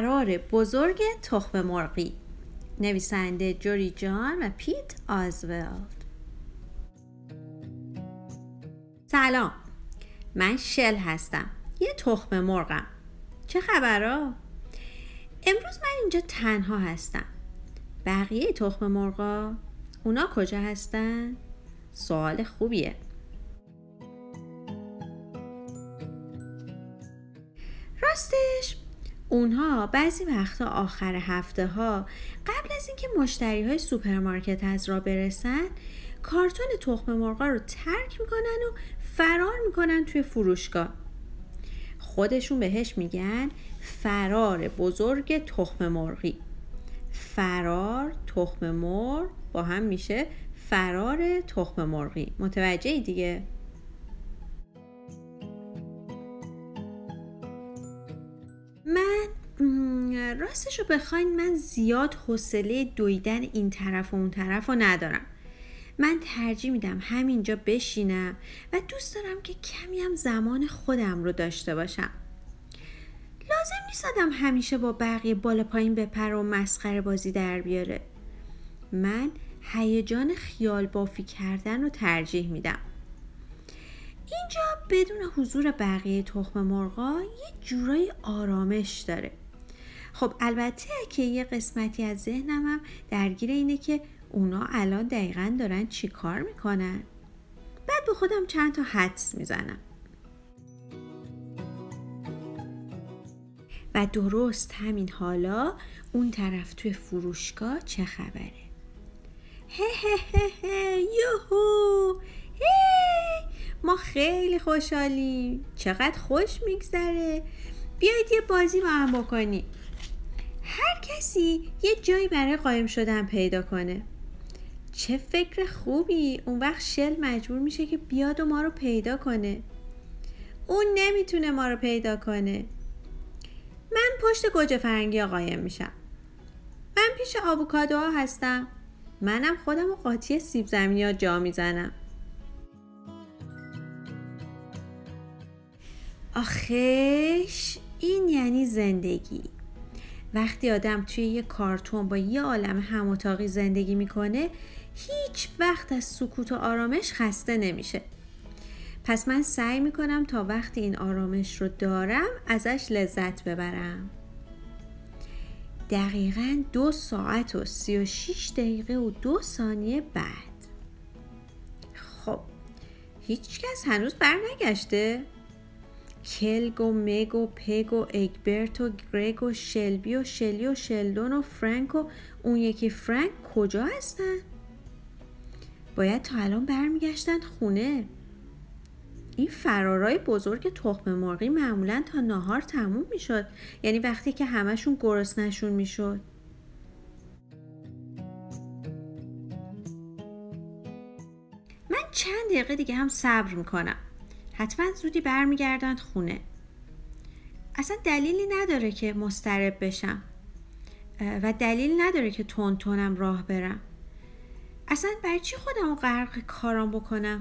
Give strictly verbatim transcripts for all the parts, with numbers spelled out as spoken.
فرار بزرگ تخم مرغی. نویسنده جوری جان و پیت آزولد. سلام، من شل هستم، یه تخم مرغم. چه خبرها؟ امروز من اینجا تنها هستم. بقیه تخم مرغا اونا کجا هستن؟ سوال خوبیه. راستش اونها بعضی وقتا آخر هفته ها قبل از اینکه مشتری های سوپرمارکت از راه برسن کارتون تخم مرغا رو ترک میکنن و فرار میکنن توی فروشگاه. خودشون بهش میگن فرار بزرگ تخم مرغی. فرار تخم مرغ با هم میشه فرار تخم مرغی. متوجهی دیگه؟ من راستش رو بخواین من زیاد حوصله دویدن این طرف و اون طرف رو ندارم. من ترجیح میدم همینجا بشینم و دوست دارم که کمی هم زمان خودم رو داشته باشم. لازم نیست آدم همیشه با بقیه بالا پایین بپره و مسخره بازی در بیاره. من هیجان خیال بافی کردن رو ترجیح میدم. اینجا بدون حضور بقیه تخم مرغا یه جورای آرامش داره. خب البته که یه قسمتی از ذهنم هم درگیر اینه که اونا الان دقیقاً دارن چی کار میکنن. بعد به خودم چند تا حدس میزنم. و درست همین حالا اون طرف توی فروشگاه چه خبره؟ هه هه هه هه یوهو هی ما خیلی خوشحالیم، چقدر خوش میگذره، بیایید یه بازی با هم بکنیم. هر کسی یه جایی برای قایم شدن پیدا کنه. چه فکر خوبی. اون وقت شل مجبور میشه که بیاد و ما رو پیدا کنه. اون نمیتونه ما رو پیدا کنه. من پشت گوجه فرنگی ها قایم میشم. من پیش آووکادوها هستم. منم خودم و قاطی سیب زمینی ها جا میزنم. آخیش این یعنی زندگی. وقتی آدم توی یه کارتون با یه عالم هم اتاقی زندگی میکنه هیچ وقت از سکوت و آرامش خسته نمیشه. پس من سعی میکنم تا وقتی این آرامش رو دارم ازش لذت ببرم. دقیقاً دو ساعت و سی و شیش دقیقه و دو ثانیه بعد. خب هیچ کس هنوز بر نگشته؟ کلگ و مگ و پگ و اگبرت و گرگ و شلبی و شلی و شلدون و فرانک و اون یکی فرانک کجا هستن؟ باید تا الان برمیگشتن خونه. این فرارای بزرگ تخم مرغی معمولاً تا نهار تموم میشد، یعنی وقتی که همشون گرسنه‌شون میشد. من چند دقیقه دیگه هم صبر میکنم. حتما زودی برمیگردن خونه. اصلا دلیلی نداره که مضطرب بشم و دلیل نداره که تون تونم راه برم. اصلا برای چی خودم رو غرق کارام بکنم؟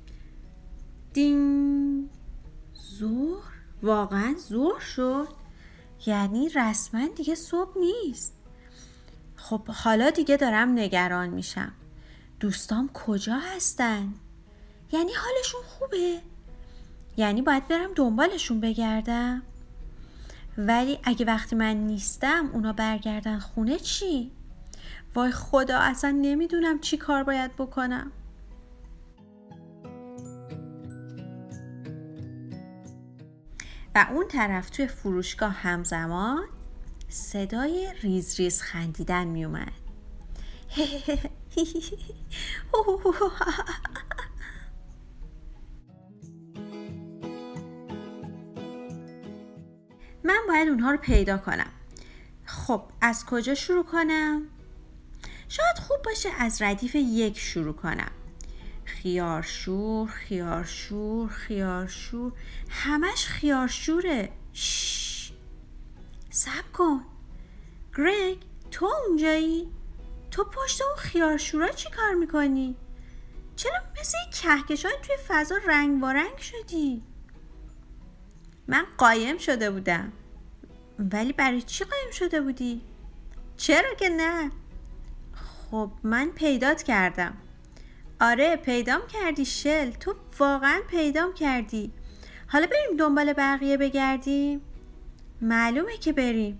دین ظهر؟ واقعا ظهر شد؟ یعنی رسما دیگه صبح نیست. خب حالا دیگه دارم نگران میشم. دوستام کجا هستن؟ یعنی حالشون خوبه؟ یعنی باید برم دنبالشون بگردم؟ ولی اگه وقتی من نیستم اونا برگردن خونه چی؟ وای خدا، اصلا نمیدونم چی کار باید بکنم. و اون طرف توی فروشگاه همزمان صدای ریز ریز خندیدن می اومد. من باید اونها رو پیدا کنم. خب از کجا شروع کنم؟ شاید خوب باشه از ردیف یک شروع کنم. خیارشور، خیارشور، خیارشور، همش خیارشوره. شش. صبر کن. گرگ، تو اونجایی؟ تو پشت اون خیارشورا چی کار میکنی؟ چرا مثل کهکشان توی فضا رنگ با رنگ شدی؟ من قایم شده بودم. ولی برای چی قایم شده بودی؟ چرا که نه؟ خب من پیدات کردم. آره پیدام کردی شل، تو واقعا پیدام کردی. حالا بریم دنبال بقیه بگردیم؟ معلومه که بریم.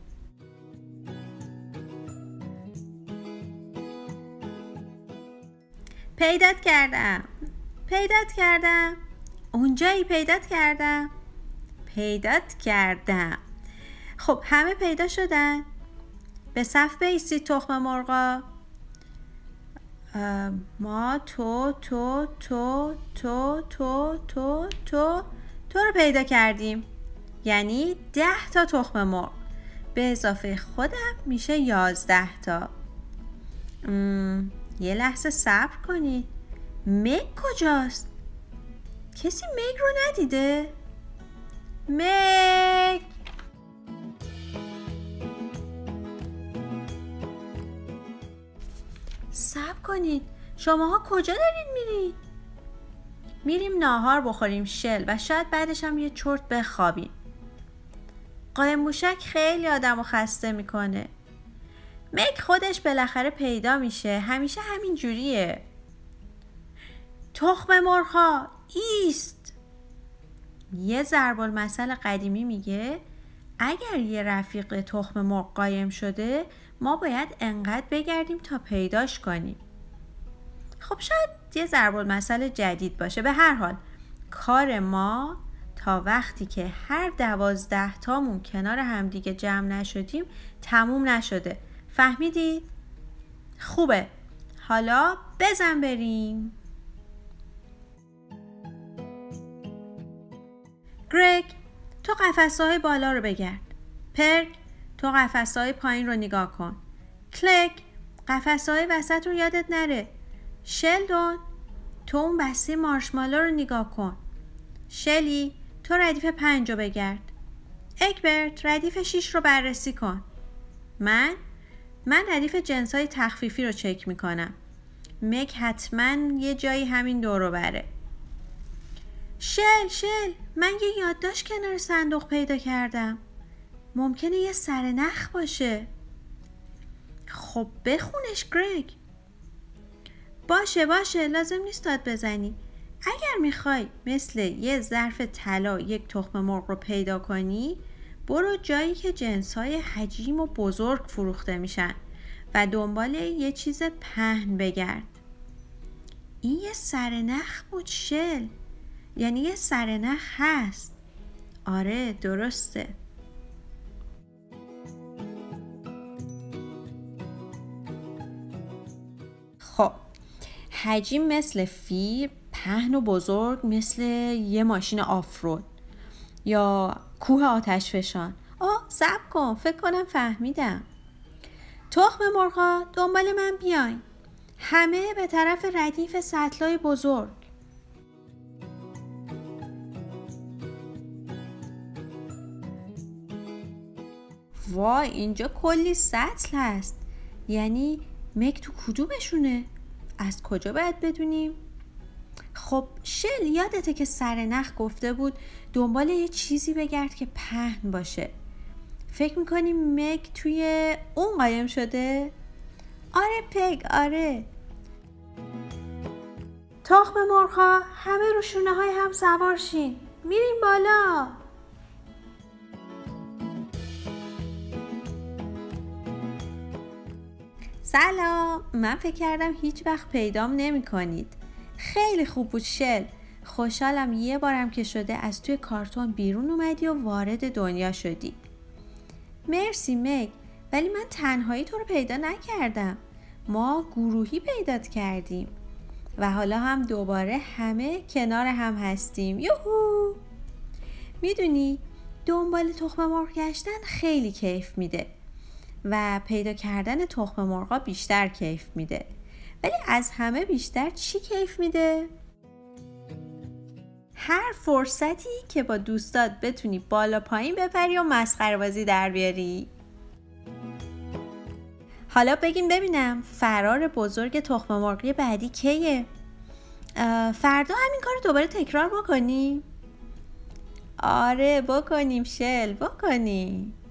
پیدات کردم پیدات کردم اونجایی پیدات کردم پیدات کردم. خب همه پیدا شدن؟ به صف بایستید تخم مرغا. ما تو تو تو تو تو تو تو تو رو پیدا کردیم، یعنی ده تا تخم مرغ به اضافه خودم میشه یازده تا. ام، یه لحظه صبر کنید. مگ کجاست؟ کسی مگ رو ندیده؟ مگ صبر کنید، شماها کجا دارین میرید؟ میریم ناهار بخوریم شل و شاید بعدش هم یه چرت بخوابیم. قایم موشک خیلی آدمو خسته میکنه. مگ خودش بالاخره پیدا میشه، همیشه همین جوریه. تخم مرغ‌ها ایست. یه ضرب المثل قدیمی میگه اگر یه رفیق تخم مرغ قایم شده ما باید انقدر بگردیم تا پیداش کنیم. خب شاید یه ضرب المثل جدید باشه. به هر حال کار ما تا وقتی که هر دوازده تامون کنار همدیگه جمع نشدیم تموم نشده. فهمیدید؟ خوبه، حالا بزن بریم. گرگ تو قفسه‌های بالا رو بگرد. پرگ تو قفسه‌های پایین رو نگاه کن. کلک قفسه‌های وسط رو یادت نره. شلدون تو اون بسته مارشمالو رو نگاه کن. شلی تو ردیف پنج رو بگرد. اکبرت ردیف شیش رو بررسی کن. من من ردیف جنس‌های تخفیفی رو چک میکنم. مگ حتما یه جایی همین دورو بره. شل شل من یه یادداشت کنار صندوق پیدا کردم. ممکنه یه سرنخ باشه. خب بخونش گرگ. باشه باشه لازم نیست داد بزنی. اگر میخوای مثل یه ظرف طلا یک تخم مرغ رو پیدا کنی برو جایی که جنس‌های حجیم و بزرگ فروخته میشن و دنبال یه چیز پهن بگرد. این یه سرنخ بود شل، یعنی یه سرنخ هست. آره درسته. خب حجیم مثل فیل، پهن و بزرگ مثل یه ماشین آفرود یا کوه آتش فشان. آه صبر کن فکر کنم فهمیدم. تخم مرغا دنبال من بیاین، همه به طرف ردیف سطلای بزرگ. وای اینجا کلی سطل هست، یعنی مگ تو کدومشونه؟ از کجا باید بدونیم؟ خب شل یادته که سرنخ گفته بود دنبال یه چیزی بگرد که پهن باشه. فکر میکنی مگ توی اون قایم شده؟ آره پگ آره. تخم مرغ‌ها همه رو شونه های هم سوار شین، میریم بالا. سلام، من فکر کردم هیچ وقت پیدام نمی کنید. خیلی خوب بود شل. خوشحالم یه بارم که شده از توی کارتون بیرون اومدی و وارد دنیا شدی. مرسی مگ، ولی من تنهایی تو رو پیدا نکردم. ما گروهی پیدات کردیم و حالا هم دوباره همه کنار هم هستیم. یوهو! میدونی دنبال تخم مرغ گشتن خیلی کیف میده و پیدا کردن تخم مرغا بیشتر کیف میده. ولی از همه بیشتر چی کیف میده؟ هر فرصتی که با دوستات بتونی بالا پایین بپری و مسخره بازی در بیاری. حالا بگیم ببینم فرار بزرگ تخم مرغی بعدی کیه؟ فردا همین کار رو دوباره تکرار بکنیم؟ آره بکنیم شل بکنیم.